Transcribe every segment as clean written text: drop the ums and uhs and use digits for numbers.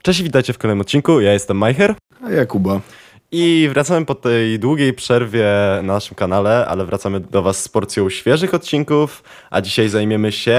Cześć, witajcie w kolejnym odcinku. Ja jestem Majcher. A ja Kuba. I wracamy po tej długiej przerwie na naszym kanale, ale wracamy do was z porcją świeżych odcinków, a dzisiaj zajmiemy się...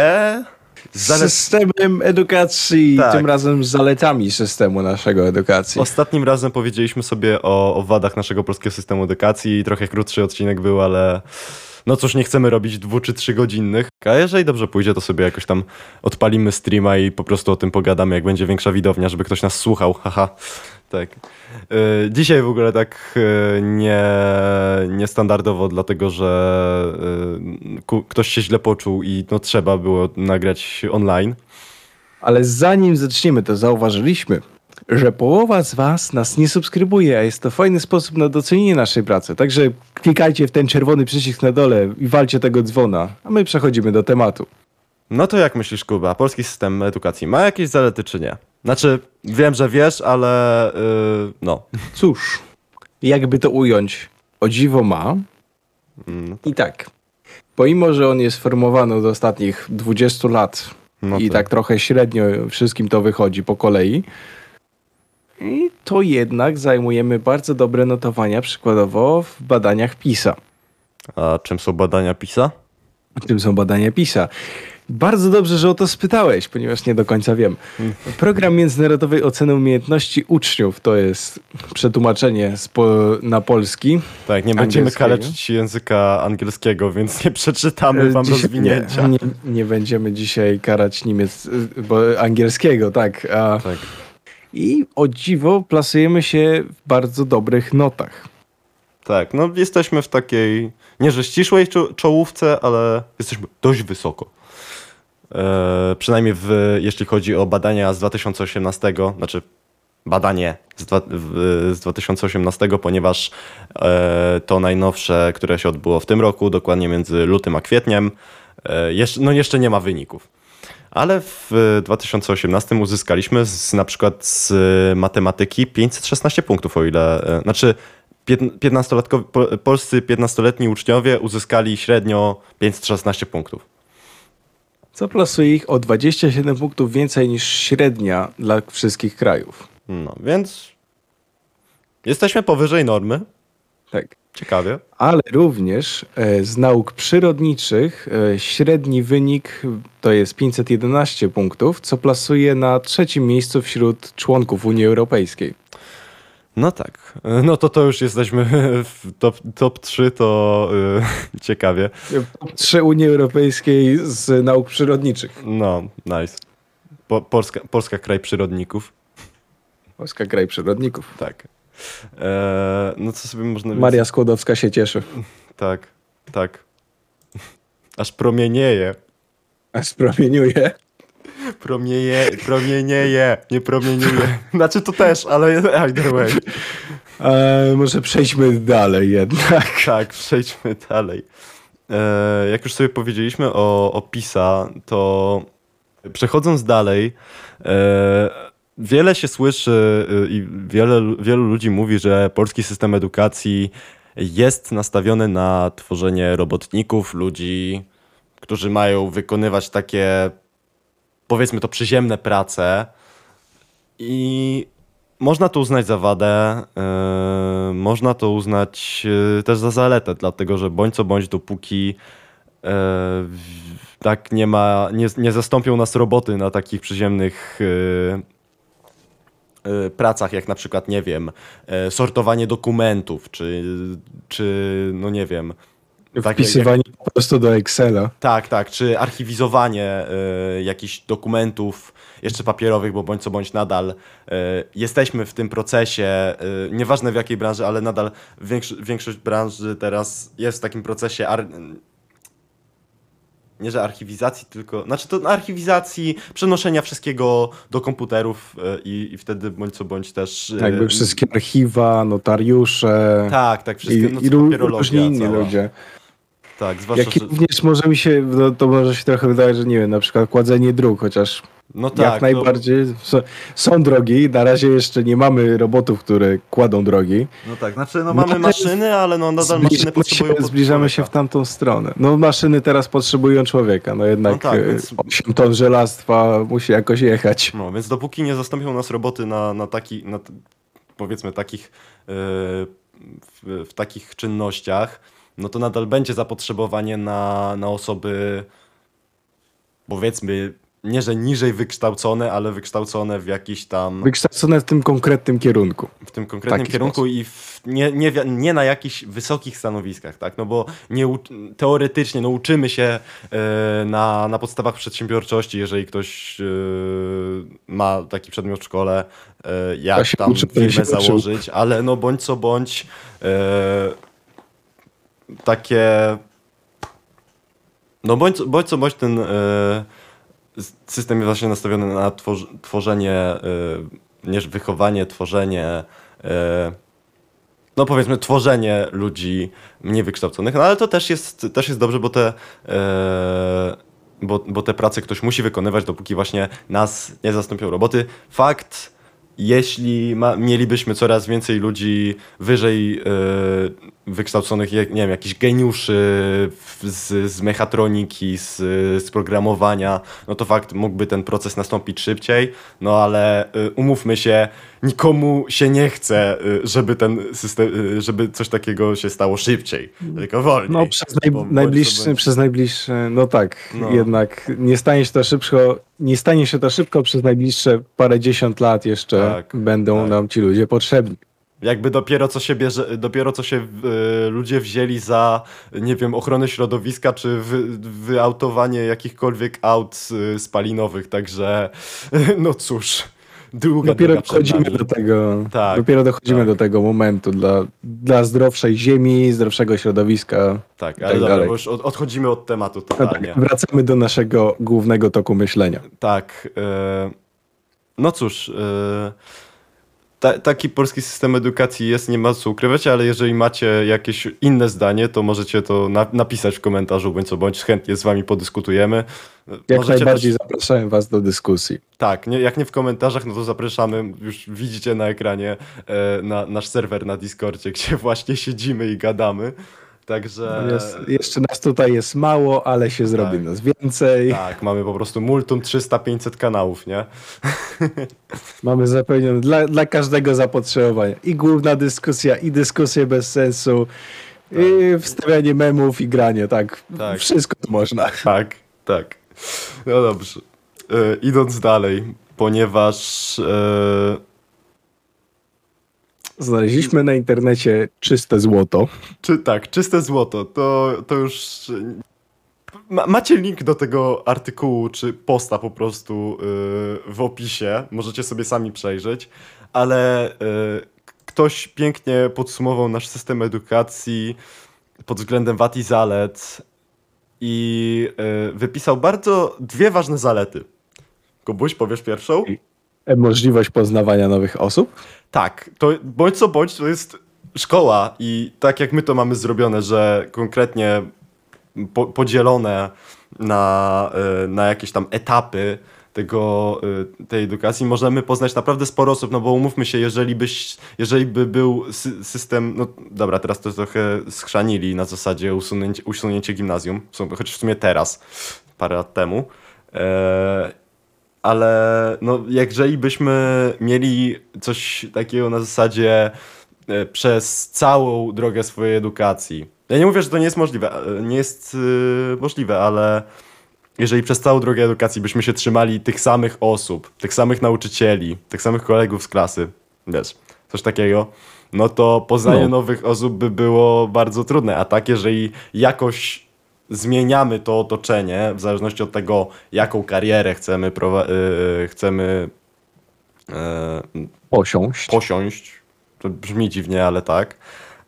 Systemem edukacji, Tak. tym razem z zaletami systemu naszego edukacji. Ostatnim razem powiedzieliśmy sobie o wadach naszego polskiego systemu edukacji. Trochę krótszy odcinek był, ale no cóż, nie chcemy robić 2 czy 3 godzinnych. A jeżeli dobrze pójdzie, to sobie jakoś tam odpalimy streama i po prostu o tym pogadamy, jak będzie większa widownia, żeby ktoś nas słuchał. Haha, tak. Dzisiaj w ogóle tak niestandardowo, dlatego że ktoś się źle poczuł i no trzeba było nagrać online. Ale zanim zaczniemy, to zauważyliśmy, że połowa z was nas nie subskrybuje, a jest to fajny sposób na docenienie naszej pracy. Także klikajcie w ten czerwony przycisk na dole i walcie tego dzwona, a my przechodzimy do tematu. No to jak myślisz, Kuba, polski system edukacji ma jakieś zalety czy nie? Znaczy, wiem, że wiesz, ale no. Cóż, jakby to ująć, o dziwo ma. I tak, pomimo, że on jest formowany od ostatnich 20 lat No i tak trochę średnio wszystkim to wychodzi po kolei, i to jednak zajmujemy bardzo dobre notowania, przykładowo w badaniach PISA. A czym są badania PISA? Czym są badania PISA? Bardzo dobrze, że o to spytałeś, ponieważ nie do końca wiem. Program międzynarodowej oceny umiejętności uczniów to jest przetłumaczenie na polski. Tak, nie będziemy Angielskiego. kaleczyć języka angielskiego, więc nie przeczytamy wam rozwinięcia. Nie będziemy dzisiaj karać angielskiego, tak. Tak. I o dziwo plasujemy się w bardzo dobrych notach. Tak, no jesteśmy w takiej, nie że ścisłej czołówce, ale jesteśmy dość wysoko. Przynajmniej jeśli chodzi o badania z 2018, znaczy badanie z 2018, ponieważ to najnowsze, które się odbyło w tym roku, dokładnie między lutym a kwietniem, jeszcze nie ma wyników. Ale w 2018 uzyskaliśmy na przykład z matematyki 516 punktów, o ile, znaczy polscy 15-letni uczniowie uzyskali średnio 516 punktów. Co plasuje ich o 27 punktów więcej niż średnia dla wszystkich krajów. No, więc jesteśmy powyżej normy. Tak. Ciekawie. Ale również z nauk przyrodniczych średni wynik to jest 511 punktów, co plasuje na 3. miejscu wśród członków Unii Europejskiej. No tak. No to już jesteśmy w top 3, to ciekawie. Top 3 Unii Europejskiej z nauk przyrodniczych. No, nice. Polska kraj przyrodników. Polska kraj przyrodników. Tak. No co sobie można... Maria Skłodowska się cieszy. Tak, tak. Aż promienieje. Aż promieniuje. Promienieje, nie promieniuje. Znaczy to też, ale either way. Może przejdźmy dalej jednak. Tak, przejdźmy dalej. Jak już sobie powiedzieliśmy o PISA, to przechodząc dalej, wiele się słyszy i wielu ludzi mówi, że polski system edukacji jest nastawiony na tworzenie robotników, ludzi, którzy mają wykonywać takie, powiedzmy to, przyziemne prace. I można to uznać za wadę, można to uznać też za zaletę, dlatego że bądź co bądź, dopóki tak nie zastąpią nas roboty na takich przyziemnych pracach, jak na przykład, nie wiem, sortowanie dokumentów, czy no nie wiem... Wpisywanie po prostu do Excela. Tak, czy archiwizowanie jakichś dokumentów jeszcze papierowych, bo bądź co bądź nadal jesteśmy w tym procesie, nieważne w jakiej branży, ale nadal większość branży teraz jest w takim procesie nie że archiwizacji, tylko, znaczy to archiwizacji, przenoszenia wszystkiego do komputerów i wtedy bądź co bądź też... Jakby wszystkie archiwa, notariusze. Tak, wszystkie, i papierologia różni inni cała. ludzie. Tak, zwłaszcza, Jak również może mi się, to może się trochę wydaje, że nie wiem, na przykład kładzenie dróg, chociaż No Jak tak, najbardziej. Są drogi, na razie jeszcze nie mamy robotów, które kładą drogi. No tak, znaczy, no no mamy mamy maszyny, ale no nadal maszyny potrzebują Zbliżamy się w tamtą stronę. No maszyny teraz potrzebują człowieka, no jednak No tak, więc- 8 ton żelastwa musi jakoś jechać. No, więc dopóki nie zastąpią nas roboty powiedzmy takich, w takich czynnościach, no to nadal będzie zapotrzebowanie na osoby, powiedzmy, nie że niżej wykształcone, ale wykształcone w jakiś tam, Wykształcone w tym konkretnym kierunku. w tym konkretnym taki kierunku sposób. i nie na jakichś wysokich stanowiskach, tak? No bo teoretycznie no uczymy się na podstawach przedsiębiorczości, jeżeli ktoś ma taki przedmiot w szkole, Ja jak się tam uczę, to ja firmę się uczył. założyć, ale no bądź co bądź takie no bądź co bądź ten system jest właśnie nastawiony na tworzenie, nie że wychowanie, tworzenie, no powiedzmy tworzenie ludzi mniej wykształconych, no ale to też jest dobrze, bo te prace ktoś musi wykonywać, dopóki właśnie nas nie zastąpią roboty. Fakt, jeśli mielibyśmy coraz więcej ludzi wyżej wykształconych, nie wiem, jakichś geniuszy z mechatroniki, z programowania, no to fakt, mógłby ten proces nastąpić szybciej, no ale umówmy się, nikomu się nie chce, żeby ten system, żeby coś takiego się stało szybciej, tylko wolniej. No przez Bądź- najbliższe, no tak, No. jednak nie stanie się to szybko, przez najbliższe parędziesiąt lat jeszcze Tak, będą tak. nam ci ludzie potrzebni. Jakby dopiero co się ludzie wzięli za, nie wiem, ochronę środowiska, czy wyautowanie jakichkolwiek aut spalinowych, także no cóż, długa Dopiero droga przed dochodzimy nami. do tego, Tak, dopiero dochodzimy tak. do tego momentu dla zdrowszej ziemi, zdrowszego środowiska. Tak, tak ale dobra, dalej. bo już odchodzimy od tematu No totalnie. tak, wracamy do naszego głównego toku myślenia. Tak, no cóż, taki polski system edukacji jest, nie ma co ukrywać, ale jeżeli macie jakieś inne zdanie, to możecie to napisać w komentarzu, bądź co bądź, chętnie z wami podyskutujemy. Jak Możecie najbardziej też, zapraszałem was do dyskusji. tak, jak nie w komentarzach, no to zapraszamy, już widzicie na ekranie na nasz serwer na Discordzie, gdzie właśnie siedzimy i gadamy. Także Jeszcze nas tutaj jest mało, ale się zrobi nas więcej. tak, mamy po prostu multum 300-500 kanałów, nie? Mamy zapewnione dla każdego zapotrzebowania. I główna dyskusja, i dyskusje bez sensu, i wstawianie memów, i granie, tak. Tak. Wszystko tu można. Tak, tak. No dobrze. Idąc dalej, ponieważ Znaleźliśmy na internecie czyste złoto. czyste złoto, to już macie link do tego artykułu czy posta po prostu w opisie, możecie sobie sami przejrzeć, ale ktoś pięknie podsumował nasz system edukacji pod względem wad i zalet i wypisał dwie ważne zalety. Kubuś, powiesz pierwszą? Możliwość poznawania nowych osób. Tak, to bądź co bądź, to jest szkoła i tak jak my to mamy zrobione, że konkretnie podzielone na jakieś tam etapy tej edukacji, możemy poznać naprawdę sporo osób, no bo umówmy się, jeżeli by był system, no dobra, teraz to trochę schrzanili na zasadzie usunięcie gimnazjum, choć w sumie teraz, parę lat temu, ale no, jeżeli byśmy mieli coś takiego na zasadzie przez całą drogę swojej edukacji. Ja nie mówię, że to nie jest możliwe, ale jeżeli przez całą drogę edukacji byśmy się trzymali tych samych osób, tych samych nauczycieli, tych samych kolegów z klasy, wiesz, coś takiego, no to poznanie nowych osób by było bardzo trudne, a tak jeżeli jakoś zmieniamy to otoczenie, w zależności od tego, jaką karierę chcemy posiąść, to brzmi dziwnie, ale tak,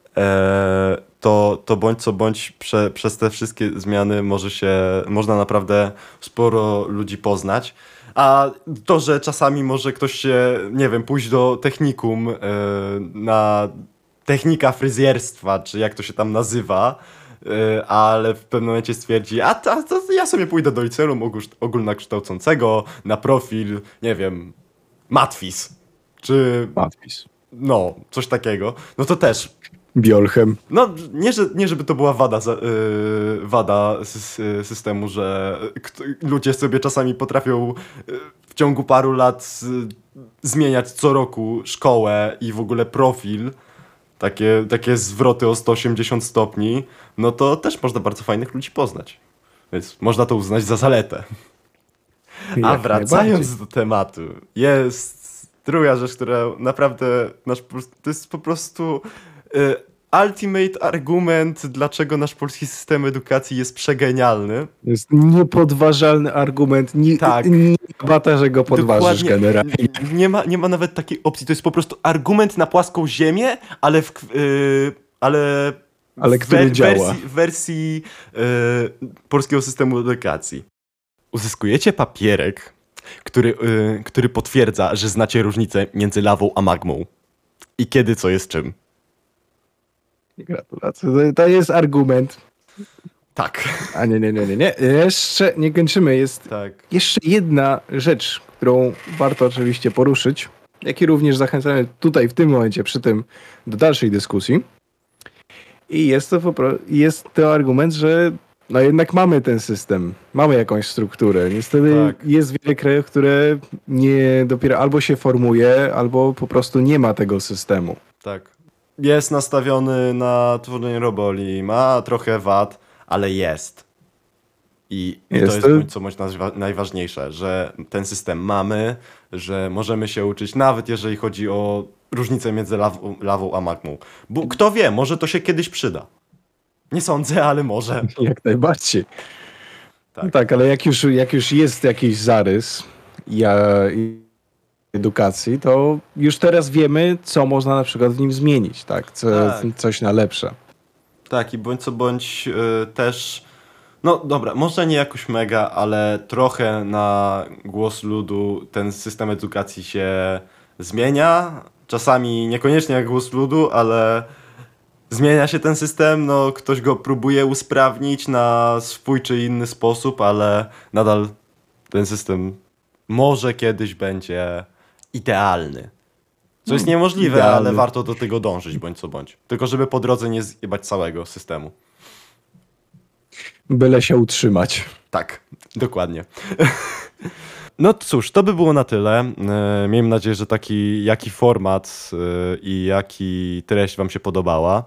to bądź co bądź przez te wszystkie zmiany można naprawdę sporo ludzi poznać. A to, że czasami może ktoś się, nie wiem, pójść do technikum na technika fryzjerstwa, czy jak to się tam nazywa, ale w pewnym momencie stwierdzi, to ja sobie pójdę do liceum ogólnokształcącego na profil, nie wiem, matwis, czy Matwis. no, coś takiego, no to też, Biolchem. no nie żeby to była wada systemu, że ludzie sobie czasami potrafią w ciągu paru lat zmieniać co roku szkołę i w ogóle profil, takie zwroty o 180 stopni, no to też można bardzo fajnych ludzi poznać. Więc można to uznać za zaletę. A Jak wracając najbardziej. do tematu, jest druga rzecz, która naprawdę to jest po prostu ultimate argument, dlaczego nasz polski system edukacji jest przegenialny. To jest niepodważalny argument. Tak. Nie bata, że go podważysz Dokładnie. generalnie. Nie ma nawet takiej opcji. To jest po prostu argument na płaską ziemię, ale Ale który działa. W wersji polskiego systemu edukacji. Uzyskujecie papierek, który potwierdza, że znacie różnicę między lawą a magmą. I kiedy co jest czym. Gratulacje. To jest argument. Tak. A nie. Jeszcze nie kończymy. Jest Tak. jeszcze jedna rzecz, którą warto oczywiście poruszyć, jak i również zachęcamy tutaj w tym momencie przy tym do dalszej dyskusji. I jest to argument, że no jednak mamy ten system, mamy jakąś strukturę. Niestety Tak. jest wiele krajów, które nie dopiero albo się formuje, albo po prostu nie ma tego systemu. Tak. Jest nastawiony na tworzenie roboli, ma trochę wad, ale jest. I to Jest jest to- bądź co bądź najważniejsze, że ten system mamy, że możemy się uczyć, nawet jeżeli chodzi o różnicę między lawą a magmą. Bo kto wie, może to się kiedyś przyda. Nie sądzę, ale może. Jak najbardziej. Tak. Tak, ale jak już jest jakiś zarys i edukacji, to już teraz wiemy, co można na przykład w nim zmienić, tak? Tak. Coś na lepsze. Tak, i bądź co bądź też, no dobra, może nie jakoś mega, ale trochę na głos ludu ten system edukacji się zmienia. Czasami niekoniecznie jak głos ludu, ale zmienia się ten system, no ktoś go próbuje usprawnić na swój czy inny sposób, ale nadal ten system może kiedyś będzie idealny. Co jest niemożliwe, idealny. ale warto do tego dążyć, bądź co bądź. Tylko żeby po drodze nie zjebać całego systemu. Byle się utrzymać. Tak, dokładnie. No cóż, to by było na tyle. Miejmy nadzieję, że jaki format i jaki treść wam się podobała.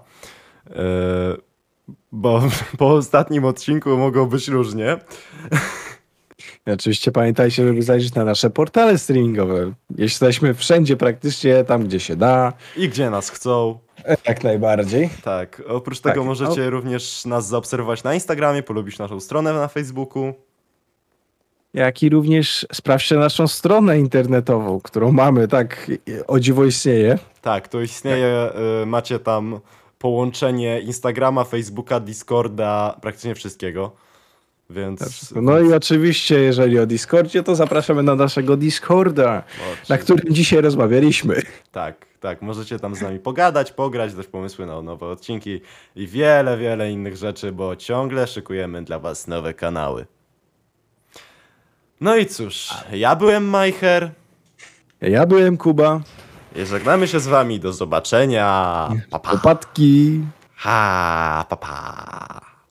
Bo po ostatnim odcinku mogło być różnie. I oczywiście pamiętajcie, żeby zajrzeć na nasze portale streamingowe. Jesteśmy wszędzie praktycznie, tam gdzie się da. I gdzie nas chcą. Jak najbardziej. Tak, oprócz tego Tak. możecie również nas zaobserwować na Instagramie, polubić naszą stronę na Facebooku. Jak i również sprawdźcie naszą stronę internetową, którą mamy, tak, o dziwo istnieje. Tak, to istnieje, macie tam połączenie Instagrama, Facebooka, Discorda, praktycznie wszystkiego. Więc... No i oczywiście, jeżeli o Discordzie, to zapraszamy na naszego Discorda, na którym dzisiaj rozmawialiśmy. Tak, możecie tam z nami pogadać, pograć, dać pomysły na nowe odcinki i wiele, wiele innych rzeczy, bo ciągle szykujemy dla was nowe kanały. No i cóż, ja byłem Majcher Ja byłem Kuba. i żegnamy się z wami, do zobaczenia. Pa, pa. Opatki. Ha, pa, pa.